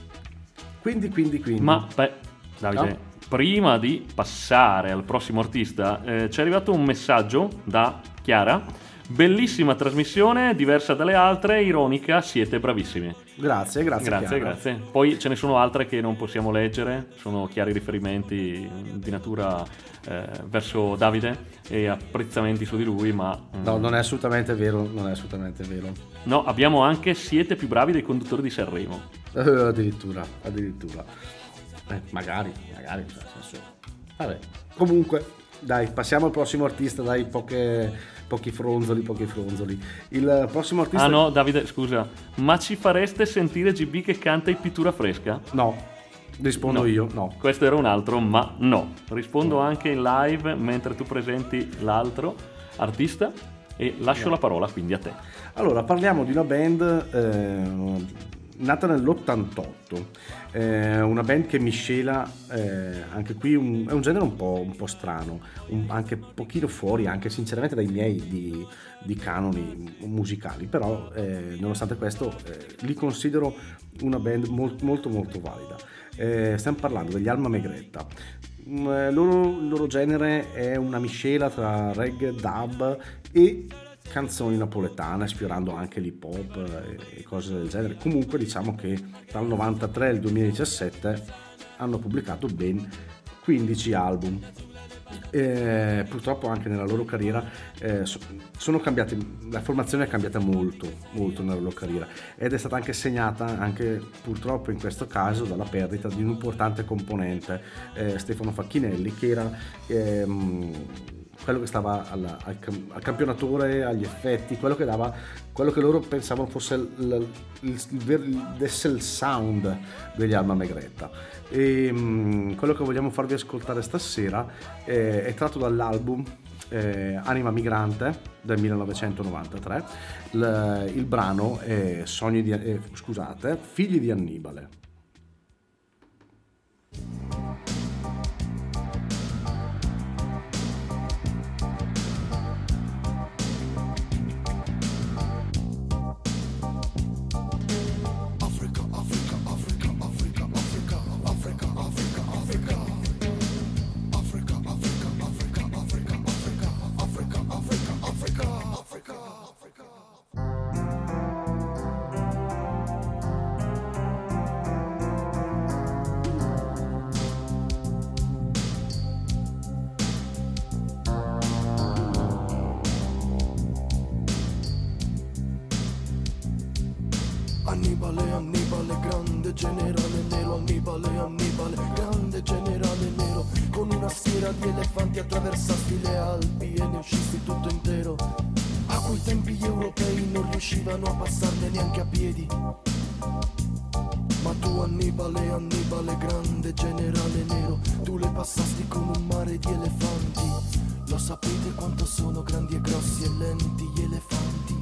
Quindi, quindi, quindi. Ma, beh, Davide, No? prima di passare al prossimo artista, eh, ci è arrivato un messaggio da Chiara. Bellissima trasmissione, diversa dalle altre, ironica, siete bravissimi. Grazie, grazie. Grazie, Chiara. grazie. Poi ce ne sono altre che non possiamo leggere, sono chiari riferimenti di natura eh, verso Davide e apprezzamenti su di lui, ma... mm, No, non è assolutamente vero, non è assolutamente vero. no, abbiamo anche siete più bravi dei conduttori di Sanremo. Eh, addirittura, addirittura. Eh, magari, magari, cioè, nel senso. Vabbè. Comunque, dai, passiamo al prossimo artista, dai, poche, pochi fronzoli, pochi fronzoli. Il prossimo artista... Ah no, Davide, scusa, ma ci fareste sentire G B che canta in pittura fresca? No, rispondo No. io, no. Questo era un altro, ma no. Rispondo anche in live mentre tu presenti l'altro artista e lascio la parola quindi a te. Allora, parliamo di una band eh, nata nell'ottantotto, eh, una band che miscela eh, anche qui un, è un genere un po', un po' strano, un, anche pochino fuori, anche sinceramente dai miei di, di canoni musicali, però eh, nonostante questo eh, li considero una band molto molto, molto valida. Eh, stiamo parlando degli Alma Megretta. Mm, eh, loro- il loro genere è una miscela tra reggae, dub e canzoni napoletane, esplorando anche l'hip hop e cose del genere. Comunque diciamo che tra il novantatré e il duemiladiciassette hanno pubblicato ben quindici album. Eh, purtroppo anche nella loro carriera eh, so- sono cambiati, la formazione è cambiata molto molto nella loro carriera ed è stata anche segnata anche purtroppo in questo caso dalla perdita di un importante componente, eh, Stefano Facchinelli, che era ehm, quello che stava alla- al, cam- al campionatore, agli effetti, quello che dava, quello che loro pensavano fosse il, il, il, il, ver- il- desse il sound degli Alma Megretta. E mm, quello che vogliamo farvi ascoltare stasera eh, è tratto dall'album eh, Anima Migrante del millenovecentonovantatré. Il, il brano è Sogni di, eh, scusate, Figli di Annibale. Africa, Africa, Africa, Africa, Africa, Africa, Africa, Africa. Annibale, Annibale, grande generale nero, Annibale, Annibale, grande generale nero. Con una schiera di elefanti attraversasti le Alpi e ne uscisti tutto intero. A quei tempi gli europei non riuscivano a passarne neanche a piedi. Ma tu Annibale, Annibale, grande generale nero, tu le passasti con un mare di elefanti. Lo sapete quanto sono grandi e grossi e lenti gli elefanti?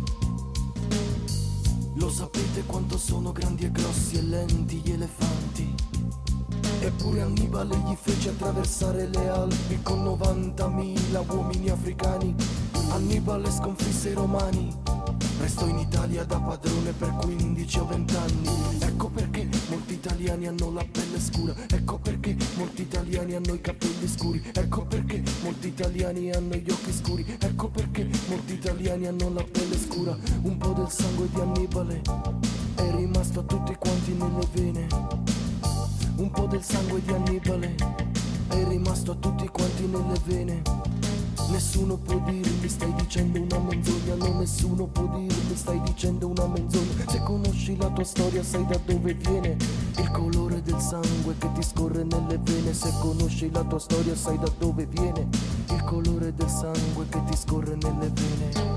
Lo sapete quanto sono grandi e grossi e lenti gli elefanti? Eppure Annibale gli fece attraversare le Alpi con novantamila uomini africani. Annibale sconfisse i romani, restò in Italia da padrone per quindici o venti anni. Ecco perché molti italiani hanno la pelle scura. Ecco perché molti italiani hanno i capelli scuri. Ecco perché molti italiani hanno gli occhi scuri. Ecco perché molti italiani hanno la pelle scura. Un po' del sangue di Annibale è rimasto a tutti quanti nelle vene. Un po' del sangue di Annibale è rimasto a tutti quanti nelle vene. Nessuno può dirmi stai dicendo una menzogna. No, nessuno può dirmi stai dicendo una menzogna. Se conosci la tua storia sai da dove viene il colore del sangue che ti scorre nelle vene. Se conosci la tua storia sai da dove viene il colore del sangue che ti scorre nelle vene.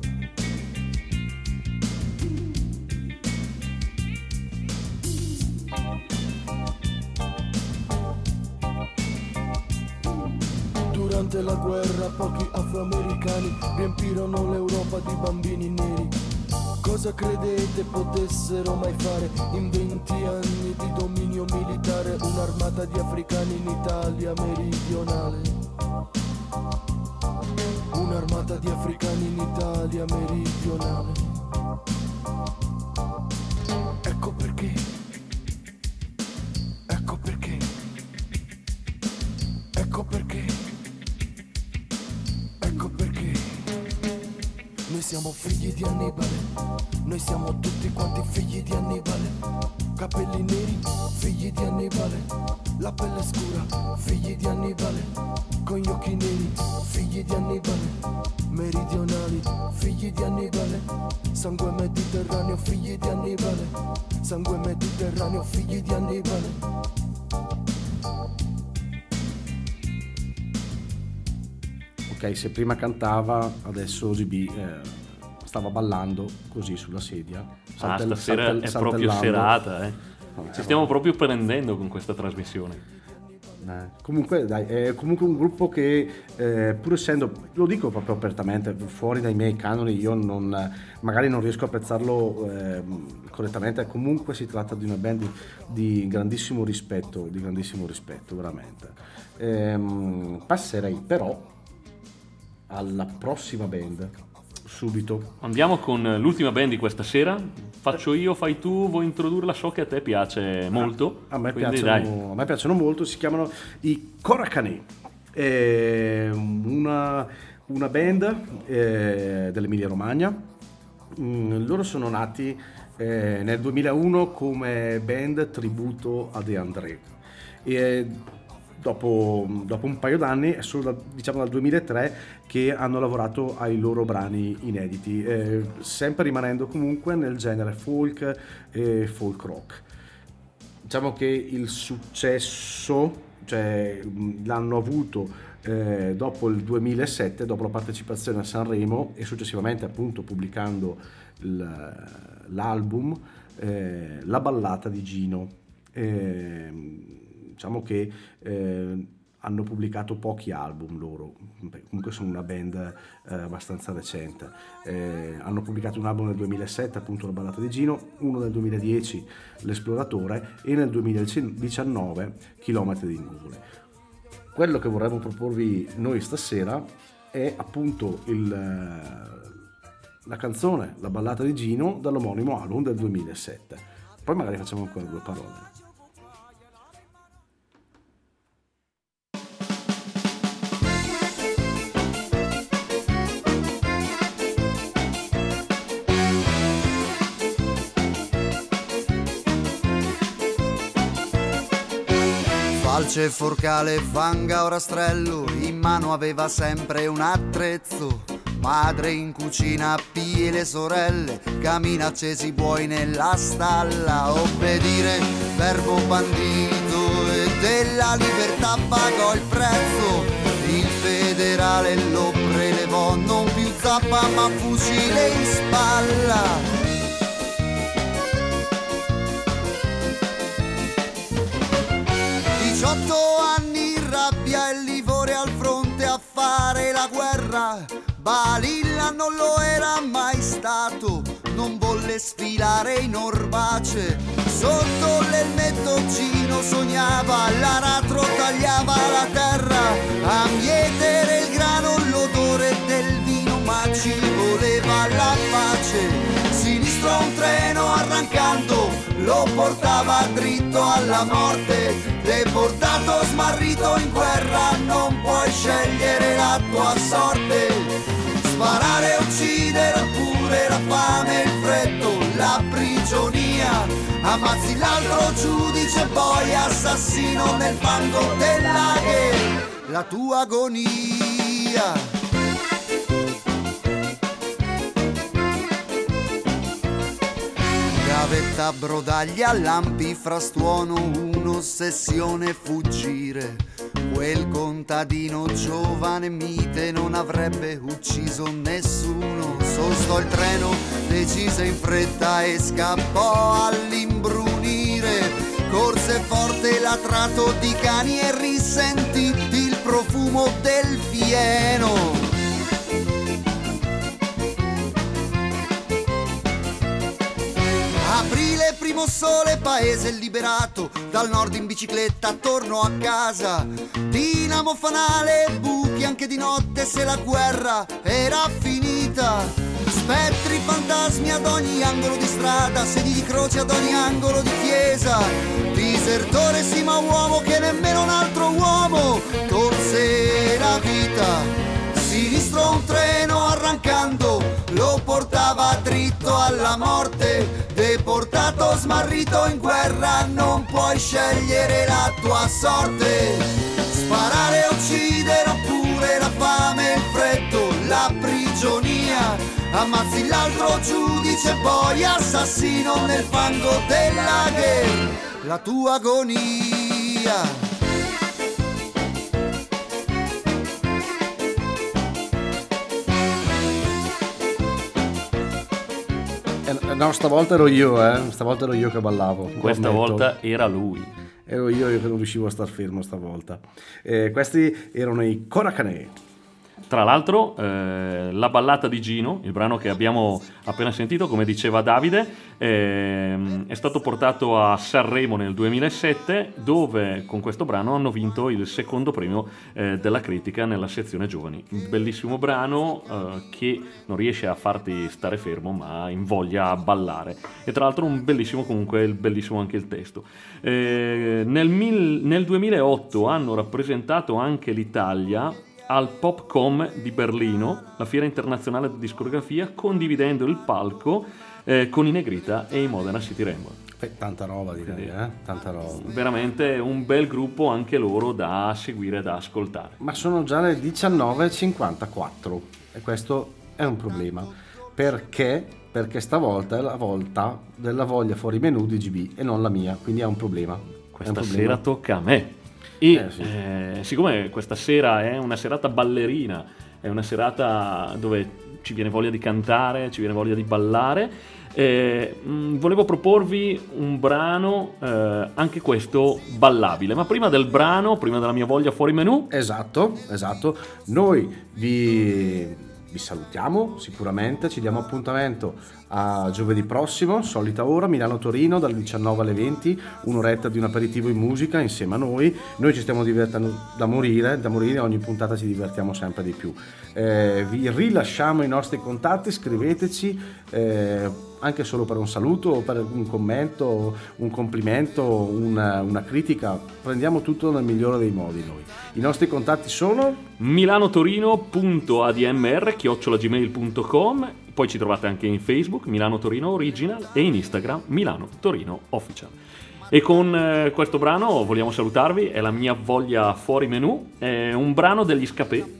Durante la guerra pochi afroamericani riempirono l'Europa di bambini neri. Cosa credete potessero mai fare in venti anni di dominio militare un'armata di africani in Italia meridionale? Un'armata di africani in Italia meridionale. Ecco perché. Ecco perché. Ecco perché. Ecco perché noi siamo figli di Annibale, noi siamo tutti quanti figli di Annibale. Capelli neri, figli di Annibale. La pelle scura, figli di Annibale. Con gli occhi neri, figli di Annibale. Meridionali, figli di Annibale. Sangue mediterraneo, figli di Annibale. Sangue mediterraneo, figli di Annibale. Ok, se prima cantava, adesso O G B eh, stava ballando così sulla sedia. Ah, saltel- stasera saltel- è proprio saltellando. serata, eh. No, Ci eh, stiamo no. proprio prendendo con questa trasmissione. Eh, comunque dai, è comunque un gruppo che eh, pur essendo, lo dico proprio apertamente, fuori dai miei canoni, io non, magari non riesco a apprezzarlo eh, correttamente, comunque si tratta di una band di, di grandissimo rispetto, di grandissimo rispetto veramente. Ehm, passerei però alla prossima band subito. Andiamo con l'ultima band di questa sera. Faccio io, fai tu, vuoi introdurla? So che a te piace molto. A me, quindi piacciono, dai. a me piacciono molto, si chiamano i Koracani, è una, una band eh, dell'Emilia Romagna. Mm, loro sono nati eh, nel duemilauno come band tributo a De André e dopo, dopo un paio d'anni, è solo da, diciamo dal duemilatré che hanno lavorato ai loro brani inediti, eh, sempre rimanendo comunque nel genere folk e folk rock. Diciamo che il successo, cioè, l'hanno avuto eh, dopo il duemilasette, dopo la partecipazione a Sanremo e successivamente appunto pubblicando il, l'album eh, La ballata di Gino. Eh, diciamo che eh, hanno pubblicato pochi album loro, comunque sono una band eh, abbastanza recente. Eh, hanno pubblicato un album nel duemilasette, appunto La ballata di Gino, uno nel duemiladieci, L'esploratore, e nel duemiladiciannove Chilometri di nuvole. Quello che vorremmo proporvi noi stasera è appunto il, la canzone La ballata di Gino dall'omonimo album del duemilasette. Poi magari facciamo ancora due parole. Falce, forcale, vanga o rastrello, in mano aveva sempre un attrezzo Madre in cucina pie le sorelle, camina accesi buoi nella stalla. Obbedire, verbo bandito, e della libertà pagò il prezzo. Il federale lo prelevò, non più zappa ma fucile in spalla. diciotto anni in rabbia e Livore al fronte a fare la guerra. Balilla non lo era mai stato, non volle sfilare in orbace. Sotto l'elmetto Gino sognava, l'aratro tagliava la terra. A mietere il grano, l'odore del vino, ma ci voleva la pace. Sinistro un treno arrancando, lo portava dritto alla morte. Deportato, smarrito in guerra, non puoi scegliere la tua sorte. Sparare, uccidere oppure la fame, il freddo, la prigionia. Ammazzi l'altro giudice, poi assassino nel fango del lager. La tua agonia. Gavetta, brodaglia, lampi, frastuono, un'ossessione fuggire. Quel contadino giovane mite non avrebbe ucciso nessuno. Sostò il treno, decise in fretta e scappò all'imbrunire. Corse forte latrato di cani e risentì il profumo del fieno. Aprile, primo sole, paese liberato, dal nord in bicicletta torno a casa. Dinamo, fanale, buchi anche di notte se la guerra era finita. Spettri, fantasmi ad ogni angolo di strada, sedi di croce ad ogni angolo di chiesa. Disertore sì ma uomo che nemmeno un altro uomo tolse la vita. Sinistro un treno arrancando, lo portava dritto alla morte. Deportato, smarrito in guerra, non puoi scegliere la tua sorte. Sparare, uccidere oppure la fame, il freddo, la prigionia. Ammazzi l'altro giudice, poi assassino nel fango del lager. La tua agonia. No, stavolta ero io, eh. Stavolta ero io che ballavo. Questa ammetto. volta era lui. Ero io che non riuscivo a star fermo stavolta. Eh, questi erano i Korakane. Tra l'altro, eh, la ballata di Gino, il brano che abbiamo appena sentito, come diceva Davide, eh, è stato portato a Sanremo nel duemilasette, dove con questo brano hanno vinto il secondo premio eh, della critica nella sezione giovani. Un bellissimo brano eh, che non riesce a farti stare fermo, ma invoglia a ballare. E tra l'altro un bellissimo, comunque, bellissimo anche il testo. Eh, nel, mil, nel duemilaotto hanno rappresentato anche l'Italia al Popcom di Berlino, la fiera internazionale di discografia, condividendo il palco eh, con i Negrita e i Modena City Rainbow. Beh, tanta roba direi, eh? Tanta roba. Veramente un bel gruppo anche loro da seguire e da ascoltare. Ma sono già le diciannove e cinquantaquattro e questo è un problema. Perché? Perché stavolta è la volta della voglia fuori menù di G B e non la mia, quindi è un problema. Questa un problema. sera tocca a me. E eh, sì. eh, siccome questa sera è una serata ballerina, è una serata dove ci viene voglia di cantare, ci viene voglia di ballare, eh, mh, volevo proporvi un brano, eh, anche questo ballabile. Ma prima del brano, prima della mia voglia fuori menù, esatto, esatto, noi vi... Vi salutiamo sicuramente, ci diamo appuntamento a giovedì prossimo, solita ora, Milano-Torino, dalle diciannove alle venti, un'oretta di un aperitivo in musica insieme a noi. Noi ci stiamo divertendo da morire, da morire, ogni puntata ci divertiamo sempre di più. Eh, vi rilasciamo i nostri contatti, scriveteci, eh, anche solo per un saluto o per un commento, un complimento, una, una critica, prendiamo tutto nel migliore dei modi noi. I nostri contatti sono milanotorino punto a d m r chiocciola gmail punto com, poi ci trovate anche in Facebook Milano Torino Original e in Instagram Milano Torino Official. E con eh, questo brano vogliamo salutarvi, è la mia voglia fuori menù, è un brano degli Scapè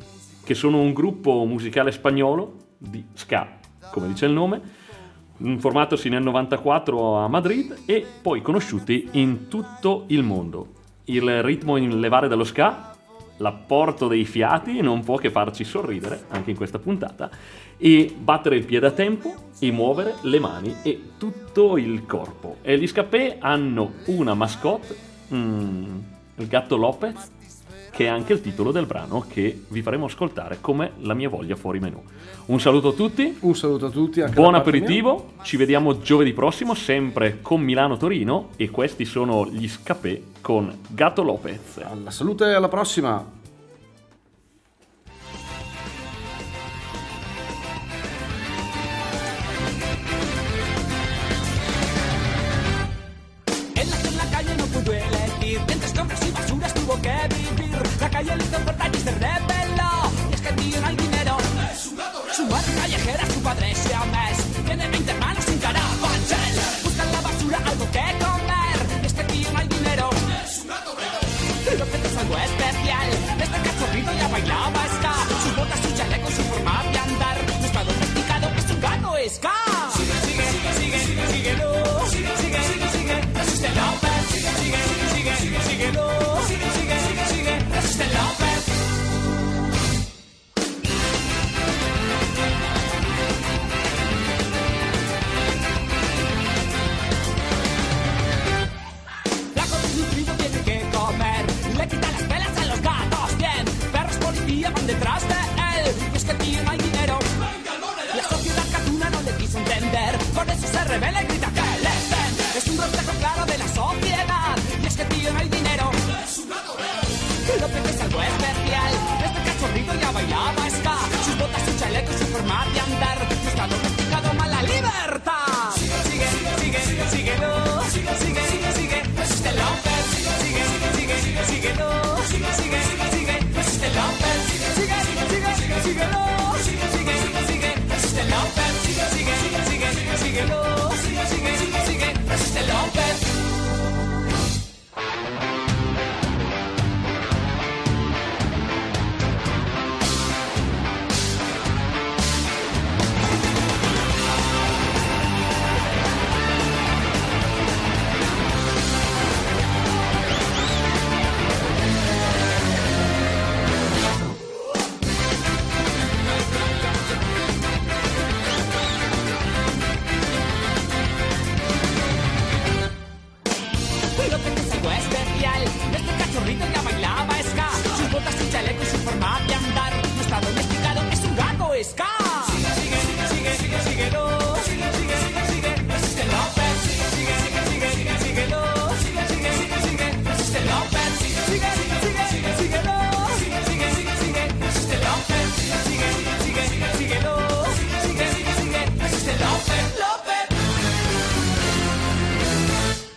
che sono un gruppo musicale spagnolo di ska, come dice il nome, formatosi nel novantaquattro a Madrid e poi conosciuti in tutto il mondo. Il ritmo in levare dello ska, l'apporto dei fiati non può che farci sorridere anche in questa puntata, e battere il piede a tempo e muovere le mani e tutto il corpo. E gli Scapè hanno una mascotte, mm, il gatto Lopez, che è anche il titolo del brano che vi faremo ascoltare come La mia voglia fuori menù. Un saluto a tutti, un saluto a tutti, anche buon da parte aperitivo, mia. Ci vediamo giovedì prossimo sempre con Milano-Torino e questi sono gli Scapè con Gatto Lopez. Alla salute e alla prossima. Mientras compras y basuras tuvo que vivir. La calle le hizo cortar y se rebeló. Y es que el tío no hay dinero. Es un gato reo. Su madre callejera, su padre siamés. Tiene veinte hermanos sin carabanchel. Busca en la basura algo que comer. Y es que el tío no hay dinero. Es un gato reo. López es algo especial. Desde cachorrito ya bailaba ska. Sus botas, su chaleco, su forma de andar. No está domesticado, es un gato ska. Sigue, sigue, sigue, sigue, síguelo. Sigue, sigue, sigue, sigue. Resiste López. Sigue, sigue, sigue, sigue, síguelo. Sigue, sigue, sigue, sigue. Resiste López. Flaco desnutrido tiene que comer. Le quita las pelas a los gatos, bien. Perros policía van detrás de él. Y es que el tío no hay dinero. La sociedad catuna no le quiso entender. Por eso se revela y grita.